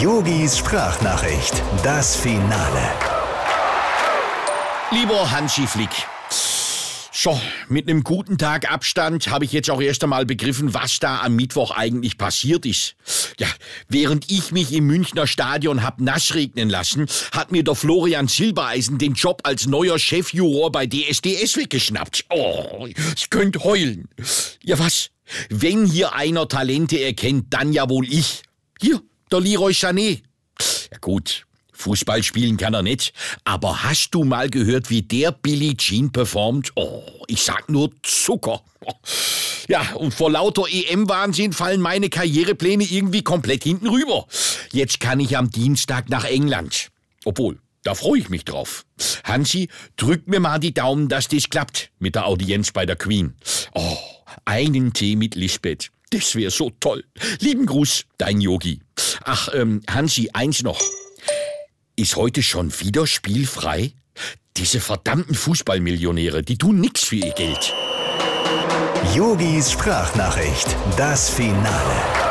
Yogis Sprachnachricht, das Finale. Lieber Hansi Flick, so, mit einem guten Tag Abstand habe ich jetzt auch erst einmal begriffen, was da am Mittwoch eigentlich passiert ist. Ja, während ich mich im Münchner Stadion hab nass regnen lassen, hat mir der Florian Silbereisen den Job als neuer Chefjuror bei DSDS weggeschnappt. Oh, ich könnte heulen. Ja was? Wenn hier einer Talente erkennt, dann ja wohl ich. Hier, der Leroy Sané. Ja gut, Fußball spielen kann er nicht, aber hast du mal gehört, wie der Billie Jean performt? Oh, ich sag nur Zucker. Ja, und vor lauter EM-Wahnsinn fallen meine Karrierepläne irgendwie komplett hinten rüber. Jetzt kann ich am Dienstag nach England. Obwohl, da freue ich mich drauf. Hansi, drück mir mal die Daumen, dass das klappt mit der Audienz bei der Queen. Oh, einen Tee mit Lisbeth. Das wäre so toll. Lieben Gruß, dein Yogi. Ach, Hansi, eins noch. Ist heute schon wieder spielfrei? Diese verdammten Fußballmillionäre, die tun nix für ihr Geld. Yogis Sprachnachricht, das Finale.